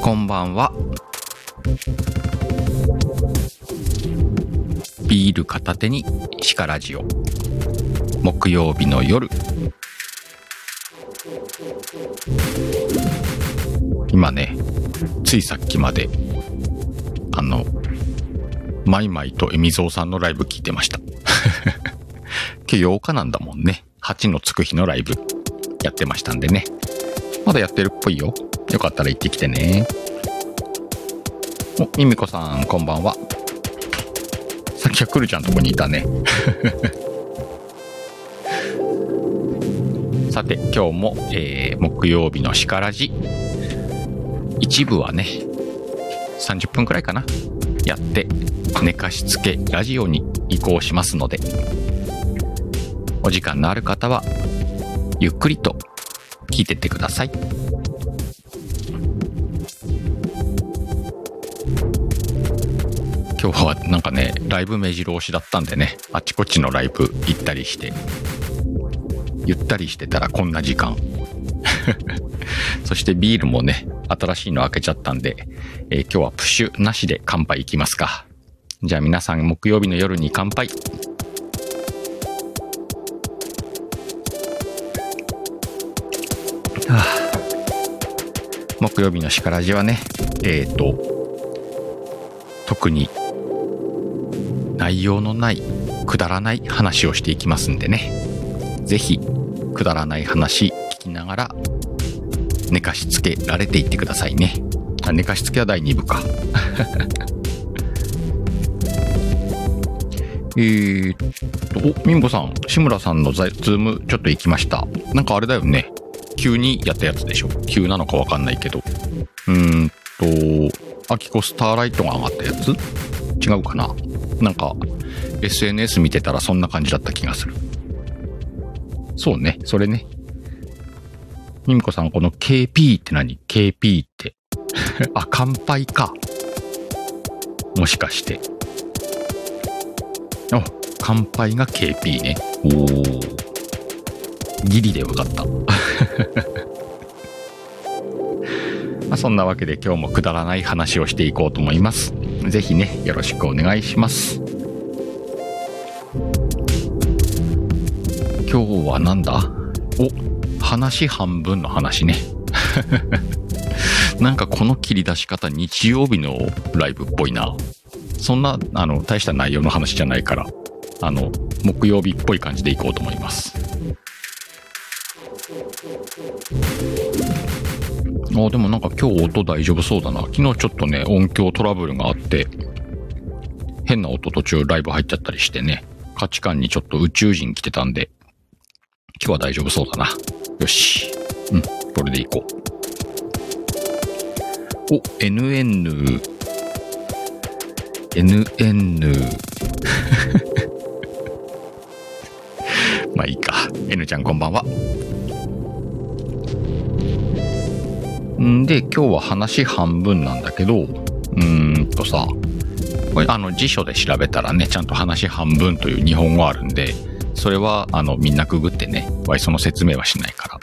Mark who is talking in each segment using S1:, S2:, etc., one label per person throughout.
S1: こんばんは。ビール片手にシカラジオ、木曜日の夜。今ね、ついさっきまでマイマイとエミゾーさんのライブ聞いてました。今日8日なんだもんね。8のつく日のライブやってましたんでね。まだやってるっぽいよ。よかったら行ってきてね。ミミコさんこんばんは。さっきはくるちゃんとこにいたね。さて今日も、木曜日のシカラジ、一部はね30分くらいかなやって寝かしつけラジオに移行しますので、お時間のある方はゆっくりと聞いてってください。今日はなんかねライブ目白押しだったんでね、あっちこっちのライブ行ったりしてゆったりしてたらこんな時間。そしてビールもね新しいの開けちゃったんで、今日はプッシュなしで乾杯いきますか。じゃあ皆さん木曜日の夜に乾杯。木曜日のシカラジはね特に内容のないくだらない話をしていきますんでね、ぜひくだらない話聞きながら寝かしつけられていってくださいね。寝かしつけは第2部か。ミンボさん、志村さんのズームちょっと行きました。なんかあれだよね、急にやったやつでしょ。急なのかわかんないけど、アキコスターライトが上がったやつ違うかな。なんか SNS 見てたらそんな感じだった気がする。そうね、それね。ミミコさん、この KP って何？ KP って。あ、乾杯か。もしかして。あ、乾杯が KP ね。おー。ギリで分かった。まあそんなわけで今日もくだらない話をしていこうと思います。ぜひね、よろしくお願いします。今日はなんだ？話半分の話ね。なんかこの切り出し方日曜日のライブっぽいな。そんな大した内容の話じゃないから、木曜日っぽい感じでいこうと思います。でもなんか今日音大丈夫そうだな。昨日ちょっとね音響トラブルがあって変な音途中ライブ入っちゃったりしてね、価値観にちょっと宇宙人来てたんで今日は大丈夫そうだな。よし、これでいこう。NN まあいいか。N ちゃんこんばんは。で今日は話半分なんだけど、さ、これ辞書で調べたらねちゃんと話半分という日本語あるんで、それはみんなくぐってね、その説明はしないから。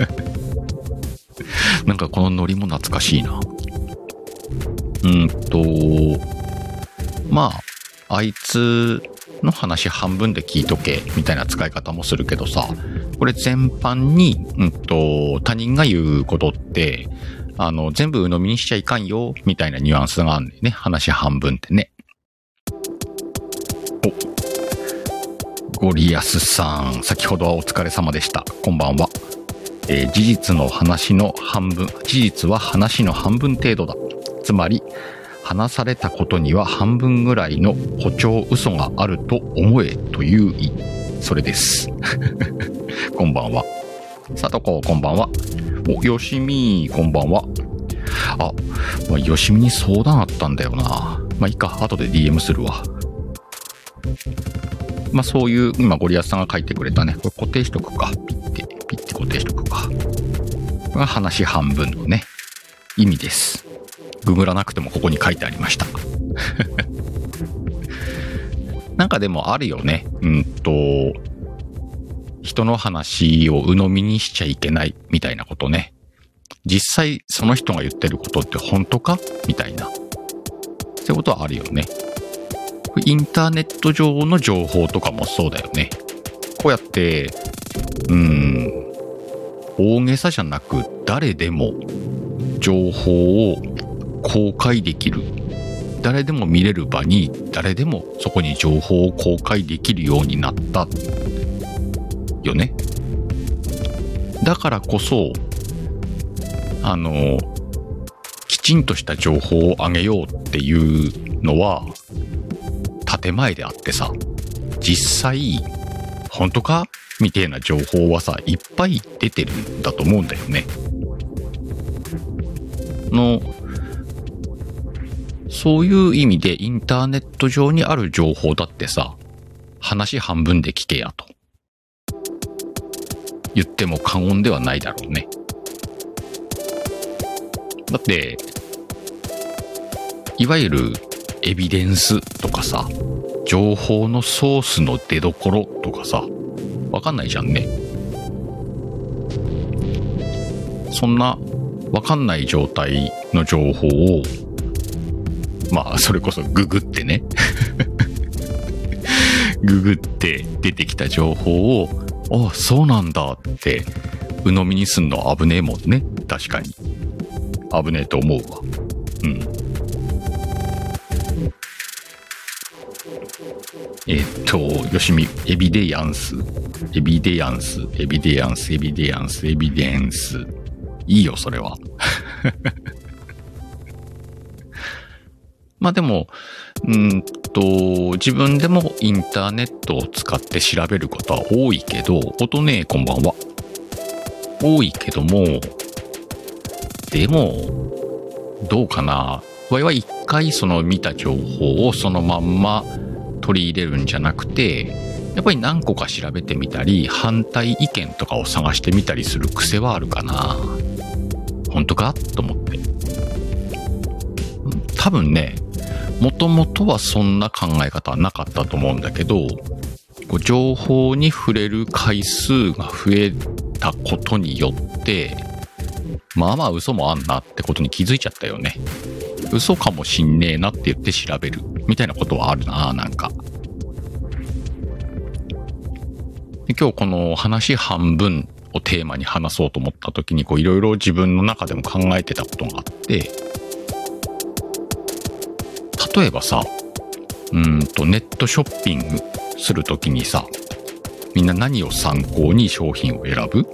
S1: なんかこのノリも懐かしいな。まああいつの話半分で聞いとけみたいな使い方もするけどさ、これ全般に他人が言うことって全部鵜呑みにしちゃいかんよみたいなニュアンスがあるんだよね、話半分ってね。ゴリアスさん、先ほどはお疲れ様でした。こんばんは。事実は話の半分程度だ。つまり話されたことには半分ぐらいの誇張嘘があると思えという意。それです。こんばんは。さとここんばんは。よしみこんばんは。よしみに相談あったんだよな。いいか、後で DM するわ。そういう今ゴリアスさんが書いてくれたね、これ固定しとくか。ピッて固定しとくか。これが話半分のね意味です。ググらなくてもここに書いてありました。なんかでもあるよね。人の話を鵜呑みにしちゃいけないみたいなことね。 実際その人が言ってることって本当かみたいな。そういうことはあるよね。インターネット上の情報とかもそうだよね。こうやって、大げさじゃなく誰でも情報を公開できる。誰でも見れる場に誰でもそこに情報を公開できるようになったよね。だからこそきちんとした情報をあげようっていうのは建前であってさ、実際本当かみたいな情報はさいっぱい出てるんだと思うんだよね。そういう意味でインターネット上にある情報だってさ、話半分で聞けやと言っても過言ではないだろうね。だっていわゆるエビデンスとかさ、情報のソースの出所とかさ、わかんないじゃんね。そんなわかんない状態の情報をまあそれこそググってねググって出てきた情報をあそうなんだって鵜呑みにすんの危ねえもんね。確かに危ねえと思うわ。よしみエビデンスいいよそれはまあでも自分でもインターネットを使って調べることは多いけど、音ねこんばんは。多いけども、でもどうかな。わいは一回その見た情報をそのまんま取り入れるんじゃなくて、やっぱり何個か調べてみたり、反対意見とかを探してみたりする癖はあるかな。本当かと思って。多分ね、もともとはそんな考え方はなかったと思うんだけど、情報に触れる回数が増えたことによって、まあまあ嘘もあんなってことに気づいちゃったよね。嘘かもしんねえなって言って調べるみたいなことはあるな。なんかで今日この話半分をテーマに話そうと思った時にいろいろ自分の中でも考えてたことがあって、例えばさネットショッピングする時にさ、みんな何を参考に商品を選ぶ？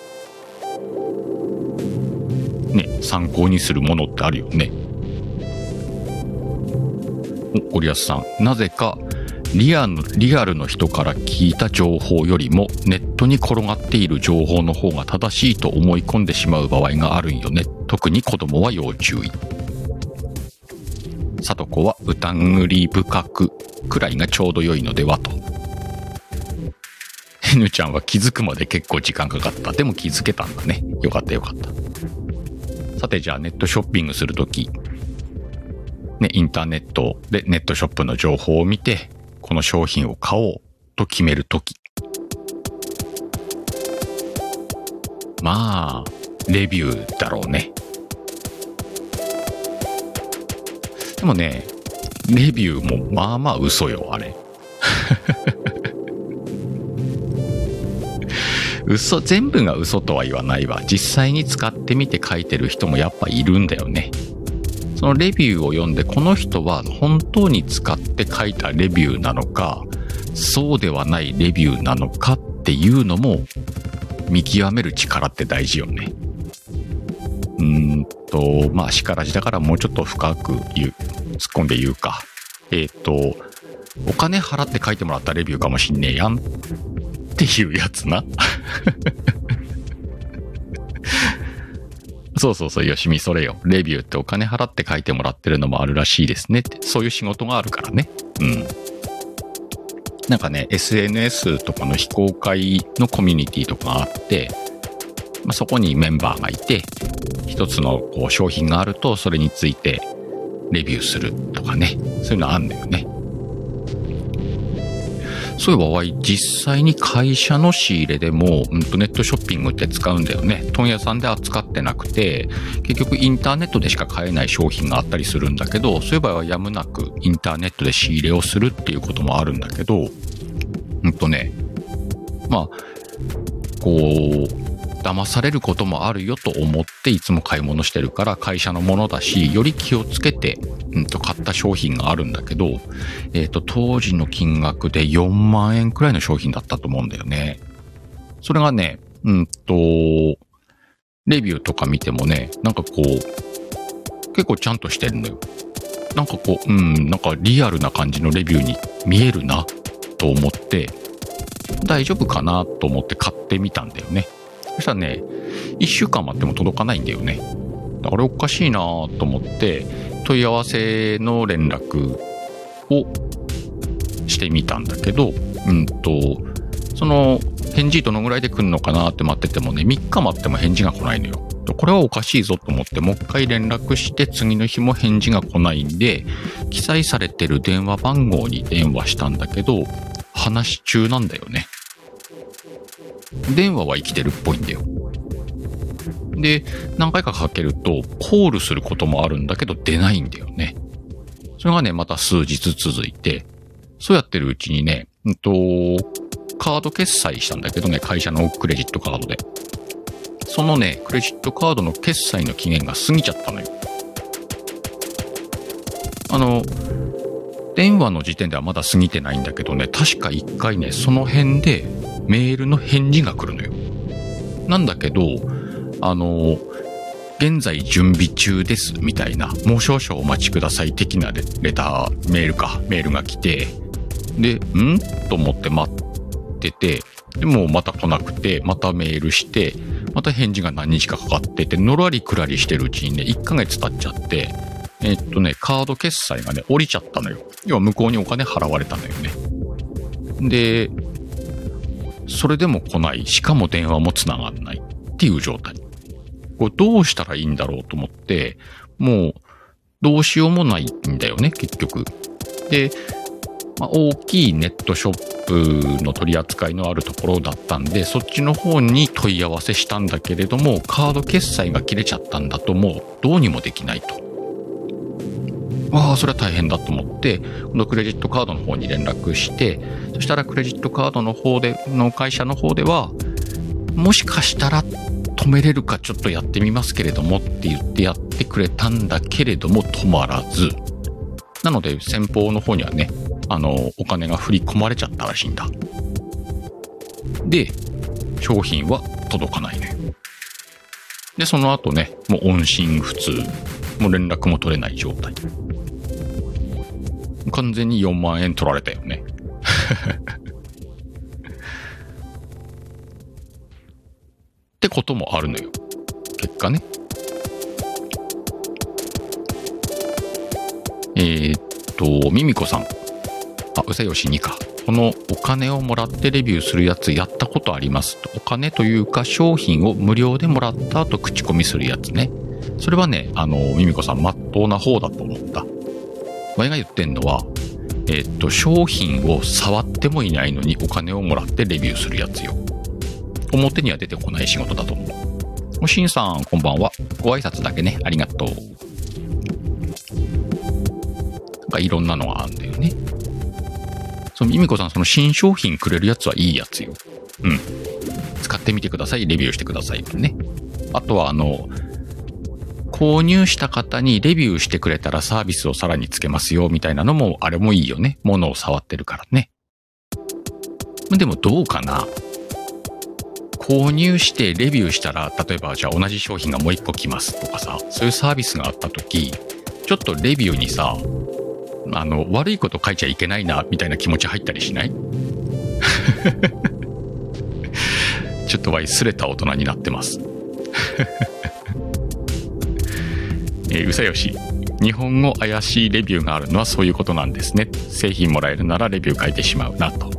S1: ね、参考にするものってあるよね。ゴリアスさん、なぜかリアルの人から聞いた情報よりもネットに転がっている情報の方が正しいと思い込んでしまう場合があるんよね。特に子供は要注意。さとこは疑り深くくらいがちょうど良いのではと。N ちゃんは気づくまで結構時間かかった。でも気づけたんだね。よかったよかった。さてじゃあネットショッピングするとき、ね、インターネットでネットショップの情報を見て、この商品を買おうと決めるとき。まあ、レビューだろうね。でもね、レビューもまあまあ嘘よ、あれ。嘘、全部が嘘とは言わないわ。実際に使ってみて書いてる人もやっぱいるんだよね。そのレビューを読んで、この人は本当に使って書いたレビューなのか、そうではないレビューなのかっていうのも見極める力って大事よね。まあ、しからじだからもうちょっと深く突っ込んで言うか。お金払って書いてもらったレビューかもしんねえやんっていうやつな。そうそうそう、よしみ、それよ。レビューってお金払って書いてもらってるのもあるらしいですねって。そういう仕事があるからね。なんかね、SNS とかの非公開のコミュニティとかがあって、そこにメンバーがいて、一つの商品があると、それについてレビューするとかね。そういうのあるんだよね。 そういえばわい、実際に会社の仕入れでも、ネットショッピングって使うんだよね。問屋さんで扱ってなくて、結局インターネットでしか買えない商品があったりするんだけど、そういう場合はやむなくインターネットで仕入れをするっていうこともあるんだけど、まあ、こう、騙されることもあるよと思っていつも買い物してるから会社のものだし、より気をつけて、買った商品があるんだけど、当時の金額で4万円くらいの商品だったと思うんだよね。それがね、レビューとか見てもね、なんかこう、結構ちゃんとしてるのよ。なんかこう、なんかリアルな感じのレビューに見えるなと思って、大丈夫かなと思って買ってみたんだよね。そしたらね、1週間待っても届かないんだよね。あれおかしいなと思って、問い合わせの連絡をしてみたんだけど、その返事どのぐらいで来るのかなって待っててもね、3日待っても返事が来ないのよ。これはおかしいぞと思って、もう一回連絡して次の日も返事が来ないんで、記載されてる電話番号に電話したんだけど、話し中なんだよね。電話は生きてるっぽいんだよ。で、何回かかけるとコールすることもあるんだけど出ないんだよね。それがね、また数日続いて、そうやってるうちにね、カード決済したんだけどね、会社のクレジットカードで。そのね、クレジットカードの決済の期限が過ぎちゃったのよ。電話の時点ではまだ過ぎてないんだけどね、確か一回ね、その辺でメールの返事が来るのよ。なんだけど、現在準備中ですみたいな、もう少々お待ちください的なレター、メールが来て、で、と思って待ってて、でもまた来なくて、またメールして、また返事が何日かかかってて、のらりくらりしてるうちにね、1ヶ月経っちゃって、カード決済がね、降りちゃったのよ。要は向こうにお金払われたのよね。で、それでも来ない、しかも電話も繋がんないっていう状態。これどうしたらいいんだろうと思って、もうどうしようもないんだよね、結局。で、大きいネットショップの取り扱いのあるところだったんで、そっちの方に問い合わせしたんだけれども、カード決済が切れちゃったんだともうどうにもできないと。それは大変だと思って、今度クレジットカードの方に連絡して、そしたらクレジットカードの方で、の会社の方では、もしかしたら止めれるかちょっとやってみますけれどもって言ってやってくれたんだけれども止まらず、なので先方の方にはね、お金が振り込まれちゃったらしいんだ。で、商品は届かないね。で、その後ね、もう音信不通、もう連絡も取れない状態。完全に4万円取られたよね。ってこともあるのよ。結果ね。ミミコさん。うさよしにか。このお金をもらってレビューするやつやったことありますと。お金というか商品を無料でもらった後口コミするやつね。それはね、ミミコさん真っ当な方だと思った。わいが言ってんのは、商品を触ってもいないのにお金をもらってレビューするやつよ。表には出てこない仕事だと思う。おしんさん、こんばんは。ご挨拶だけね、ありがとう。なんかいろんなのがあるんだよね。ミミコさん、その新商品くれるやつはいいやつよ。使ってみてください、レビューしてくださいね。あとは購入した方にレビューしてくれたらサービスをさらにつけますよみたいなのもあれもいいよね。物を触ってるからね。でもどうかな。購入してレビューしたら、例えばじゃあ同じ商品がもう一個来ますとかさ、そういうサービスがあった時、ちょっとレビューにさ、悪いこと書いちゃいけないなみたいな気持ち入ったりしない？ちょっとわいすれた大人になってます。うさよし、日本語怪しいレビューがあるのはそういうことなんですね。製品もらえるならレビュー書いてしまうなと。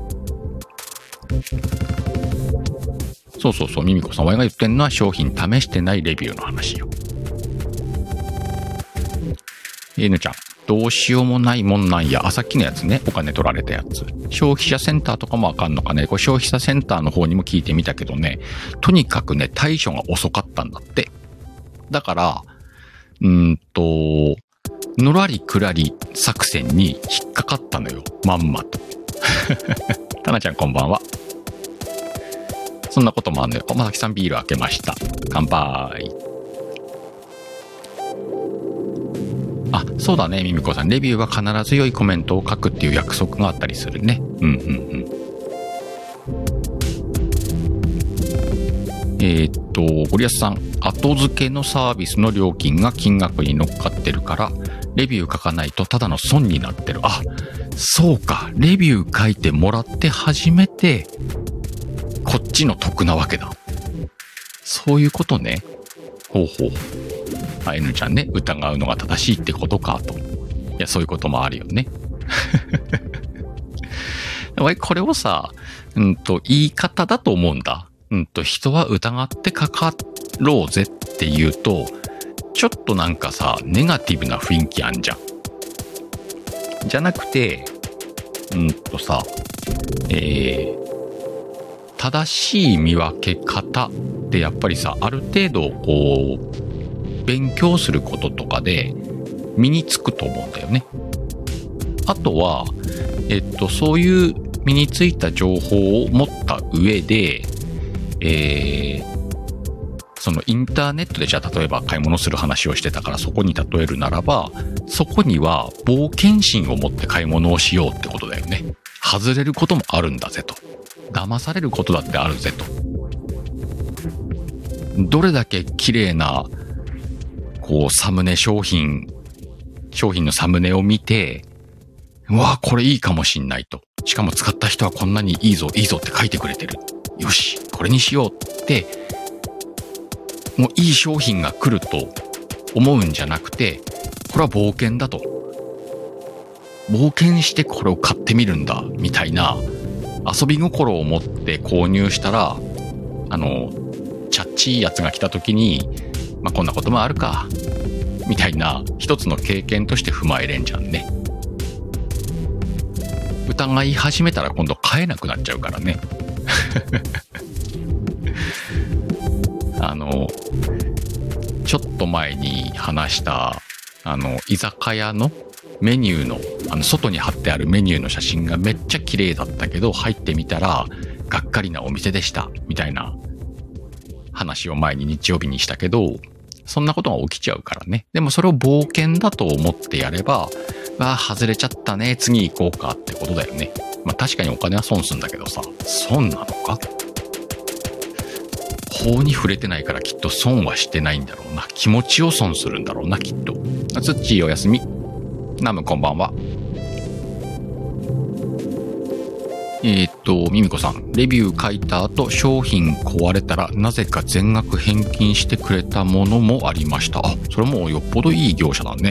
S1: そう、ミミコさん、わいが言ってんのは商品試してないレビューの話よ。ぬちゃん、 どうしようもないもんなんや。さっきのやつね、お金取られたやつ。消費者センターとかもわかんのかね。これ消費者センターの方にも聞いてみたけどね、とにかくね、対処が遅かったんだって。だから、のらりくらり作戦に引っかかったのよ。まんまと。たなちゃんこんばんは。そんなこともあるのよ。まさきさんビール開けました。乾杯。あ、そうだね、ミミコさん。レビューは必ず良いコメントを書くっていう約束があったりするね。ゴリアスさん。後付けのサービスの料金が金額に乗っかってるから、レビュー書かないとただの損になってる。あ、そうか。レビュー書いてもらって初めて、こっちの得なわけだ。そういうことね。ほうほう。N ちゃんね、疑うのが正しいってことかと。いや、そういうこともあるよね。これをさ、言い方だと思うんだ。人は疑ってかかろうぜって言うと、ちょっとなんかさ、ネガティブな雰囲気あんじゃん。じゃなくて、正しい見分け方ってやっぱりさ、ある程度こう、勉強することとかで身につくと思うんだよね。あとは、そういう身についた情報を持った上で、そのインターネットでじゃあ例えば買い物する話をしてたからそこに例えるならば、そこには冒険心を持って買い物をしようってことだよね。外れることもあるんだぜと。騙されることだってあるぜと。どれだけ綺麗な、こうサムネ商品のサムネを見て、うわ、これいいかもしんないと。しかも使った人はこんなにいいぞって書いてくれてる。よし、これにしようって、もういい商品が来ると思うんじゃなくて、これは冒険だと。冒険してこれを買ってみるんだ、みたいな遊び心を持って購入したら、チャッチーやつが来た時に、まあ、こんなこともあるか、みたいな一つの経験として踏まえれんじゃんね。疑い始めたら今度買えなくなっちゃうからね。ちょっと前に話した、居酒屋のメニューの、外に貼ってあるメニューの写真がめっちゃ綺麗だったけど、入ってみたら、がっかりなお店でした、みたいな話を前に日曜日にしたけど、そんなことが起きちゃうからね。でもそれを冒険だと思ってやれば、外れちゃったね、次行こうかってことだよね。まあ確かにお金は損すんだけどさ、損なのか？法に触れてないからきっと損はしてないんだろうな。気持ちを損するんだろうな、きっと。つっちーおやすみ。ナムこんばんは。ミミコさん。レビュー書いた後、商品壊れたらなぜか全額返金してくれたものもありました。あ、それもよっぽどいい業者だね。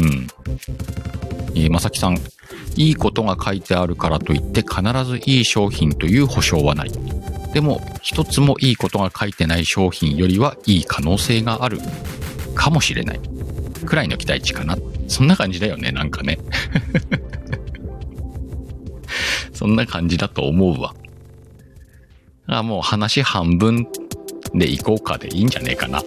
S1: まさきさん。いいことが書いてあるからといって必ずいい商品という保証はない。でも、一つもいいことが書いてない商品よりはいい可能性があるかもしれない。くらいの期待値かな。そんな感じだよね、なんかね。そんな感じだと思うわ。もう話半分でいこうかでいいんじゃねえかな。こ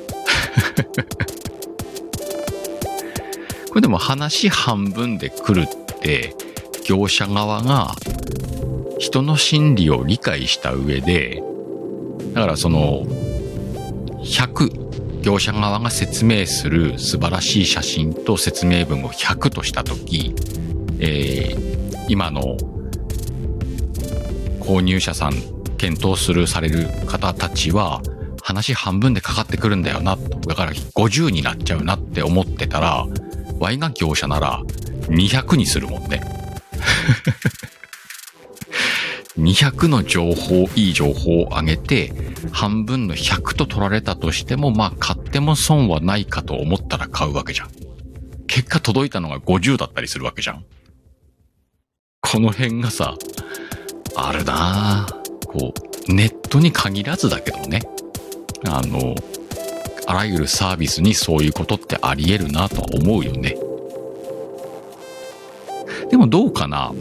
S1: れでも話半分で来るって、業者側が人の心理を理解した上で、だからその100、業者側が説明する素晴らしい写真と説明文を100としたとき、今の購入者さん、検討される方たちは話半分でかかってくるんだよな。だから50になっちゃうなって思ってたら、Y が業者なら200にするもんね。200の情報、いい情報を上げて、半分の100と取られたとしても、まあ買っても損はないかと思ったら買うわけじゃん。結果届いたのが50だったりするわけじゃん。この辺がさ、あるなぁ。こう、ネットに限らずだけどね。あらゆるサービスにそういうことってあり得るなとは思うよね。 でもどうかな、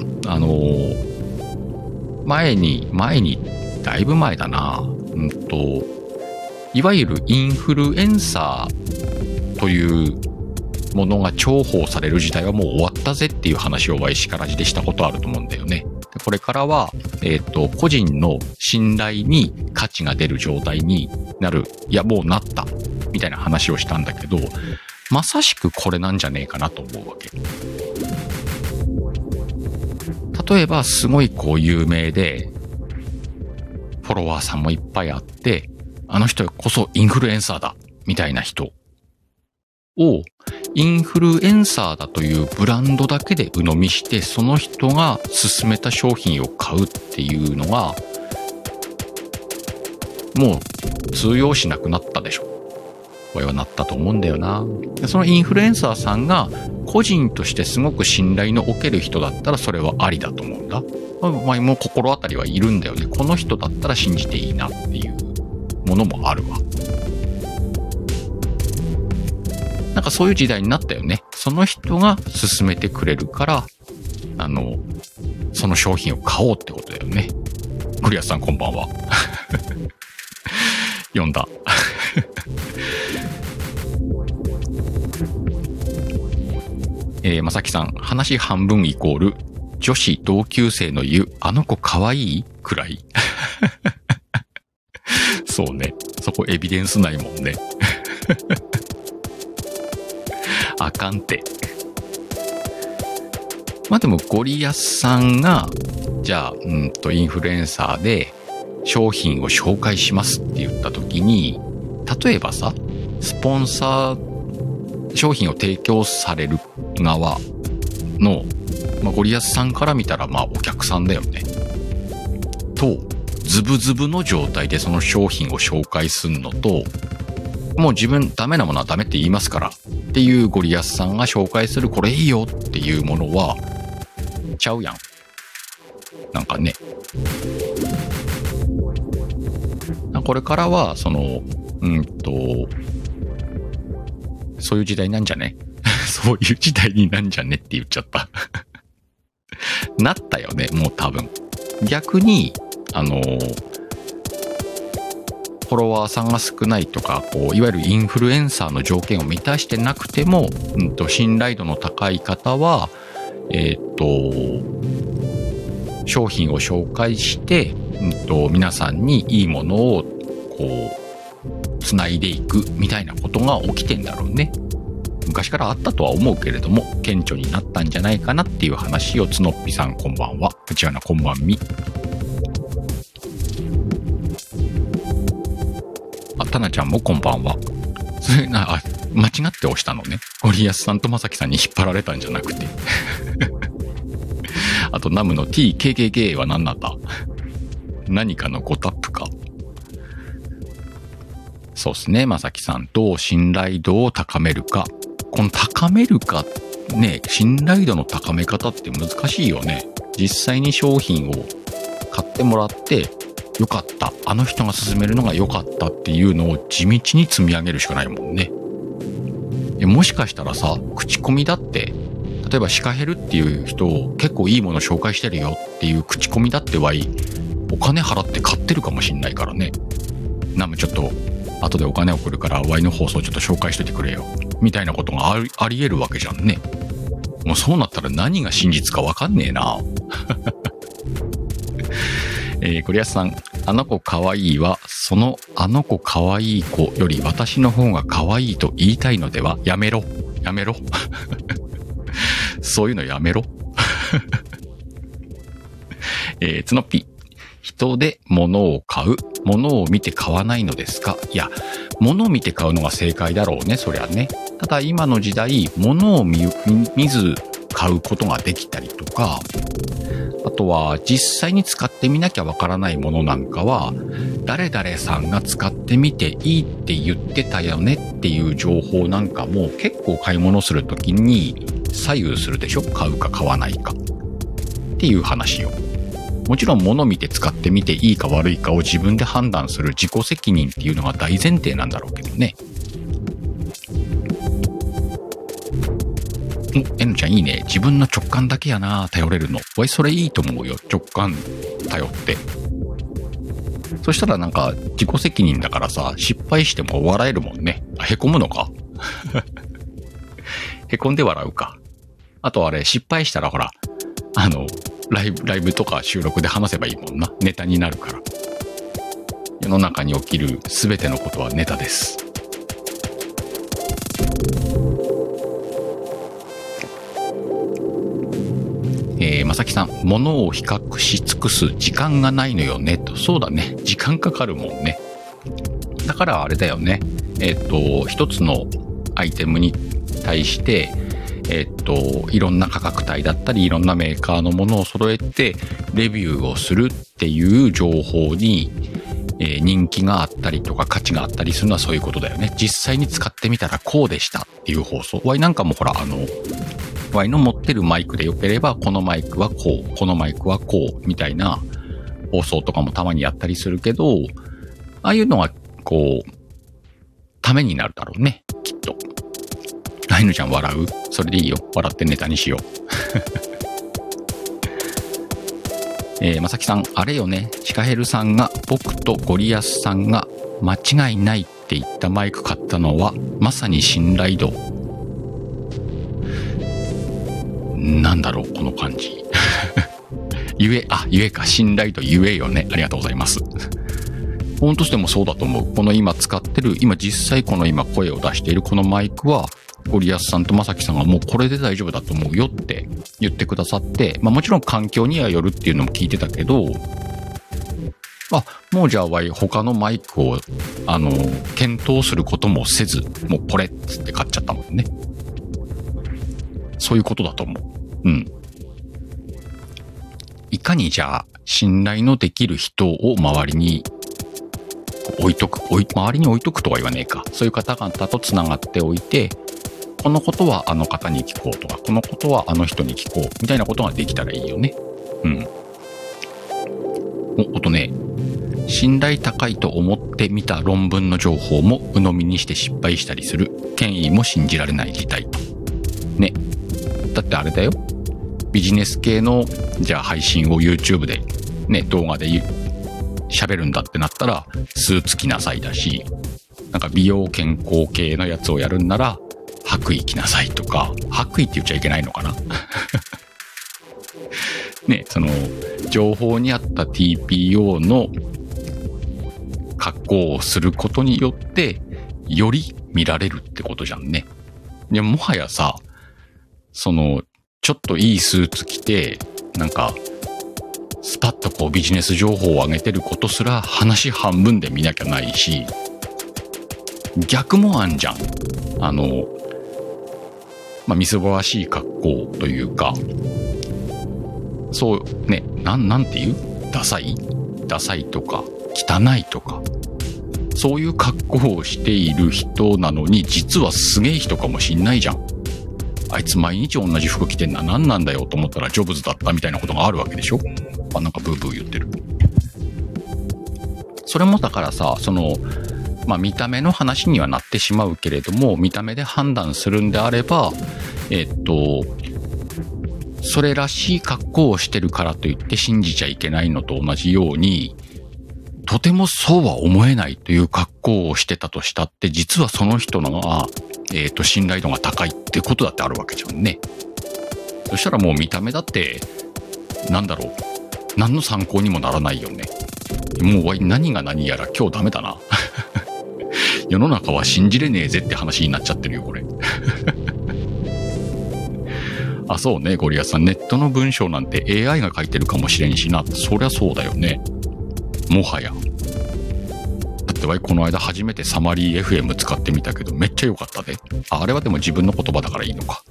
S1: 前に、だいぶ前だな、いわゆるインフルエンサーというものが重宝される時代はもう終わったぜっていう話を Y しからじでしたことあると思うんだよね。これからは、個人の信頼に価値が出る状態になる。いや、もうなった。みたいな話をしたんだけど、まさしくこれなんじゃねえかなと思うわけ。例えば、すごい有名で、フォロワーさんもいっぱいあって、あの人こそインフルエンサーだ。みたいな人を、インフルエンサーだというブランドだけで鵜呑みして、その人が勧めた商品を買うっていうのが、もう通用しなくなったでしょ。これはなったと思うんだよな。そのインフルエンサーさんが個人としてすごく信頼のおける人だったらそれはありだと思うんだ。まあ、もう心当たりはいるんだよね。この人だったら信じていいなっていうものもあるわ。なんかそういう時代になったよね。その人が勧めてくれるから、その商品を買おうってことだよね。クリアさんこんばんは。読んだ。まさきさん、話半分イコール、女子同級生の言う、あの子可愛いくらい。そうね。そこエビデンスないもんね。あかんて。まあでもゴリアスさんが、じゃあ、インフルエンサーで商品を紹介しますって言った時に、例えばさ、スポンサー、商品を提供される側の、ゴリアスさんから見たらお客さんだよね。と、ズブズブの状態でその商品を紹介するのと、もう自分ダメなものはダメって言いますからっていうゴリアスさんが紹介するこれいいよっていうものはちゃうやん。なんかね。これからはそういう時代なんじゃねそういう時代になんじゃねって言っちゃった。なったよね、もう多分。逆に、フォロワーさんが少ないとか、いわゆるインフルエンサーの条件を満たしてなくても、信頼度の高い方は、商品を紹介して、皆さんにいいものを、繋いでいくみたいなことが起きてんだろうね。昔からあったとは思うけれども、顕著になったんじゃないかなっていう話を、つのっぴさんこんばんは。うちわなこんばんみ。タナちゃんもこんばんは。それ間違って押したのね。ゴリアスさんとまさきさんに引っ張られたんじゃなくて。あとナムの TKKK は何なんだ？何かの5タップか。そうっすね、まさきさん。どう信頼度を高めるか。この高めるか、ね、信頼度の高め方って難しいよね。実際に商品を買ってもらって、よかった。あの人が勧めるのが良かったっていうのを地道に積み上げるしかないもんね。もしかしたらさ、口コミだって、例えばシカヘルっていう人を結構いいもの紹介してるよっていう口コミだってお金払って買ってるかもしんないからね。ナムちょっと後でお金送るから Y の放送ちょっと紹介しといてくれよ。みたいなことがあり得るわけじゃんね。もうそうなったら何が真実かわかんねえな。クリアスさん、あの子可愛いは、あの子可愛い子より私の方が可愛いと言いたいのでは？やめろ。やめろ。そういうのやめろ。つのっぴ。人で物を買う。物を見て買わないのですか？いや、物を見て買うのが正解だろうね、そりゃね。ただ今の時代、物を見ず買うことができたりとか、あとは実際に使ってみなきゃわからないものなんかは、誰々さんが使ってみていいって言ってたよねっていう情報なんかも結構買い物するときに左右するでしょ？買うか買わないか。っていう話よ。もちろん物見て使ってみていいか悪いかを自分で判断する自己責任っていうのが大前提なんだろうけどね。 N ちゃんいいね。自分の直感だけやな、頼れるの。わい、それいいと思うよ。直感頼って。そしたらなんか自己責任だからさ、失敗しても笑えるもんね。へこむのかへこんで笑うか。あとあれ、失敗したらほら、ライブとか収録で話せばいいもんな。ネタになるから。世の中に起きるすべてのことはネタです。まさきさん、物を比較し尽くす時間がないのよねと。そうだね。時間かかるもんね。だからあれだよね。一つのアイテムに対して、いろんな価格帯だったり、いろんなメーカーのものを揃えて、レビューをするっていう情報に、人気があったりとか価値があったりするのはそういうことだよね。実際に使ってみたらこうでしたっていう放送。ワイなんかもほら、ワイの持ってるマイクでよければ、このマイクはこう、このマイクはこう、みたいな放送とかもたまにやったりするけど、ああいうのは、こう、ためになるだろうね、きっと。ライヌちゃん笑う？それでいいよ。笑ってネタにしよう。まさきさん、あれよね。シカヘルさんが、僕とゴリアスさんが間違いないって言ったマイク買ったのは、まさに信頼度。なんだろう、この感じ。ゆえか、信頼度ゆえよね。ありがとうございます。本当してもそうだと思う。この今使ってる、今実際この今声を出しているこのマイクは、ゴリアスさんとまさきさんがもうこれで大丈夫だと思うよって言ってくださって、まあもちろん環境にはよるっていうのも聞いてたけど、もうじゃあ他のマイクを、検討することもせず、もうこれっつって買っちゃったもんね。そういうことだと思う。うん。いかにじゃあ、信頼のできる人を周りに周りに置いとくとは言わねえか。そういう方々と繋がっておいて、このことはあの方に聞こうとか、このことはあの人に聞こう、みたいなことができたらいいよね。うん。信頼高いと思ってみた論文の情報も鵜呑みにして失敗したりする。権威も信じられない事態。ね。だってあれだよ。ビジネス系の、じゃあ配信を YouTube で、ね、動画で喋るんだってなったら、スーツ着なさいだし、なんか美容健康系のやつをやるんなら、白衣着なさいとか、白衣って言っちゃいけないのかなね、その、情報にあった TPO の格好をすることによって、より見られるってことじゃんね。でもはやさ、その、ちょっといいスーツ着て、なんか、スパッとこうビジネス情報を上げてることすら話半分で見なきゃないし、逆もあんじゃん。みすぼらしい格好というか、そうね、なんていうダサいとか、汚いとか、そういう格好をしている人なのに、実はすげえ人かもしんないじゃん。あいつ毎日同じ服着てんな、何なんだよと思ったらジョブズだったみたいなことがあるわけでしょ。なんかブーブー言ってる。それもだからさ、その、見た目の話にはなってしまうけれども、見た目で判断するんであれば、それらしい格好をしてるからといって信じちゃいけないのと同じように、とてもそうは思えないという格好をしてたとしたって、実はその人のが、信頼度が高いってことだってあるわけじゃんね。そしたらもう見た目だって、なんだろう。何の参考にもならないよね。もう何が何やら今日ダメだな。世の中は信じれねえぜって話になっちゃってるよ、これ。そうね、ゴリアスさん。ネットの文章なんて AI が書いてるかもしれんしな。そりゃそうだよね。もはや。だってわいこの間初めてサマリー FM 使ってみたけどめっちゃ良かったで。あれはでも自分の言葉だからいいのか。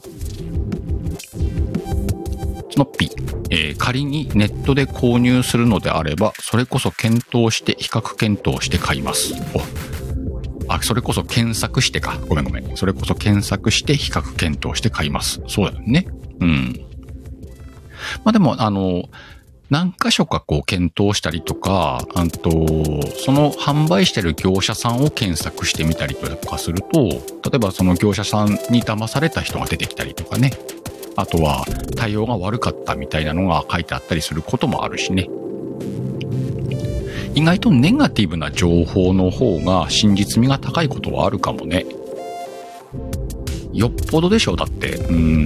S1: スノッピー、仮にネットで購入するのであれば、それこそ比較検討して買います。それこそ検索してか。ごめん。それこそ検索して比較検討して買います。そうだよね。うん。でも、何箇所かこう検討したりとか、その販売してる業者さんを検索してみたりとかすると、例えばその業者さんに騙された人が出てきたりとかね。 あとは対応が悪かったみたいなのが書いてあったりすることもあるしね。意外とネガティブな情報の方が真実味が高いことはあるかもね。よっぽどでしょ。だって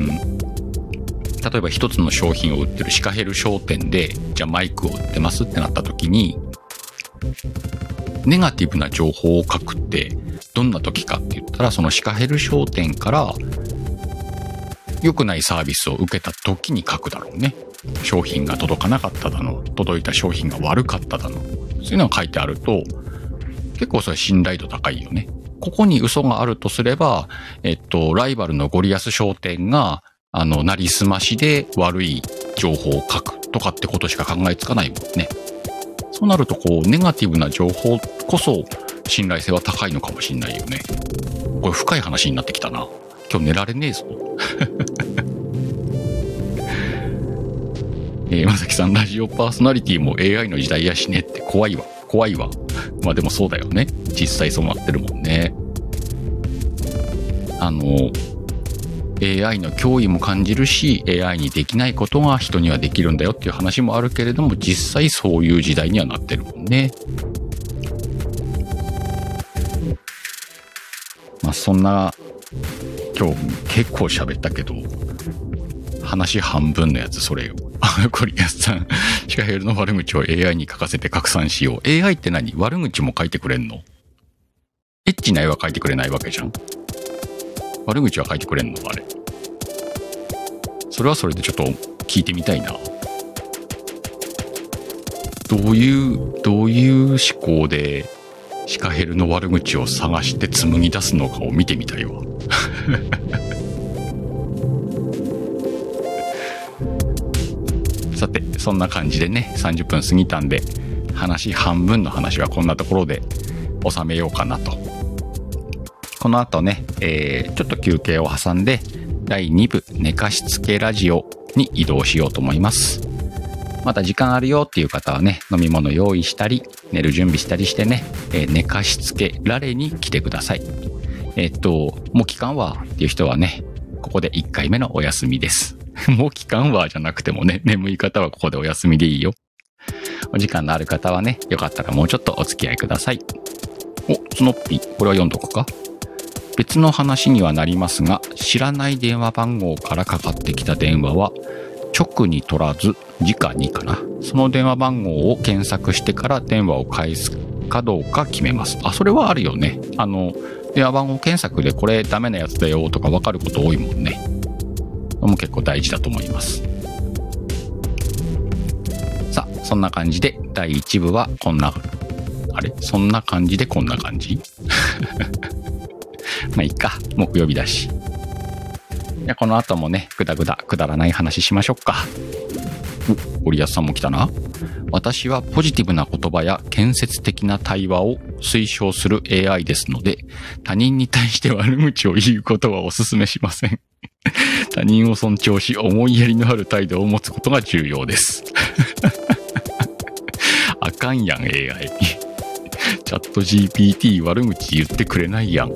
S1: 例えば一つの商品を売ってるシカヘル商店で、じゃあマイクを売ってますってなった時に、ネガティブな情報を書くってどんな時かって言ったら、そのシカヘル商店から良くないサービスを受けた時に書くだろうね。商品が届かなかっただの、届いた商品が悪かっただの、そういうのが書いてあると結構それ信頼度高いよね。ここに嘘があるとすれば、ライバルのゴリアス商店がなりすましで悪い情報を書くとかってことしか考えつかないもんね。そうなるとネガティブな情報こそ信頼性は高いのかもしんないよね。これ深い話になってきたな。今日寝られねえぞ。まさきさん、ラジオパーソナリティも AI の時代やしねって怖いわ。まあでもそうだよね。実際そうなってるもんね。AI の脅威も感じるし、AI にできないことが人にはできるんだよっていう話もあるけれども、実際そういう時代にはなってるもんね。まあそんな、今日結構喋ったけど、話半分のやつそれよ。コリアスさん、シカヘルの悪口を AI に書かせて拡散しよう。AI って何？悪口も書いてくれんの？エッチな絵は書いてくれないわけじゃん。悪口は書いてくれんの？あれ。それはそれでちょっと聞いてみたいな。どういう思考でシカヘルの悪口を探して紡ぎ出すのかを見てみたいわ。さて、そんな感じでね、30分過ぎたんで、半分の話はこんなところで収めようかなと。この後ね、ちょっと休憩を挟んで、第2部寝かしつけラジオに移動しようと思います。また時間あるよっていう方はね、飲み物用意したり、寝る準備したりしてね、寝かしつけられに来てください。もう期間はっていう人はね、ここで1回目のお休みです。もう期間はじゃなくてもね、眠い方はここでお休みでいいよ。お時間のある方はね、よかったらもうちょっとお付き合いください。スノッピー、これは読んどくか。別の話にはなりますが、知らない電話番号からかかってきた電話は、直に取らず、直にかな。その電話番号を検索してから電話を返すかどうか決めます。それはあるよね。電話番号検索でこれダメなやつだよとか分かること多いもんね。も結構大事だと思います。さあ、そんな感じで第1部はこんな感じまあいいか、木曜日だし。じゃこの後もね、くだらない話しましょうか。ゴリアスさんも来たな。私はポジティブな言葉や建設的な対話を推奨する AI ですので、他人に対して悪口を言うことはお勧めしません。他人を尊重し、思いやりのある態度を持つことが重要です。あかんやん、AI。チャット GPT 悪口言ってくれないやん。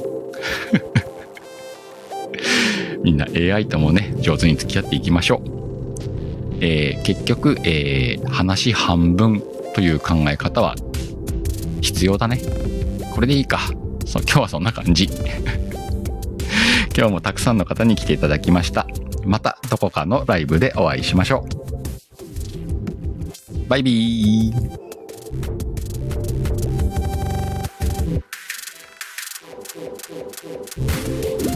S1: みんな AI ともね、上手に付き合っていきましょう。結局、話半分という考え方は必要だね。これでいいか。今日はそんな感じ。今日もたくさんの方に来ていただきました。またどこかのライブでお会いしましょう。バイビー。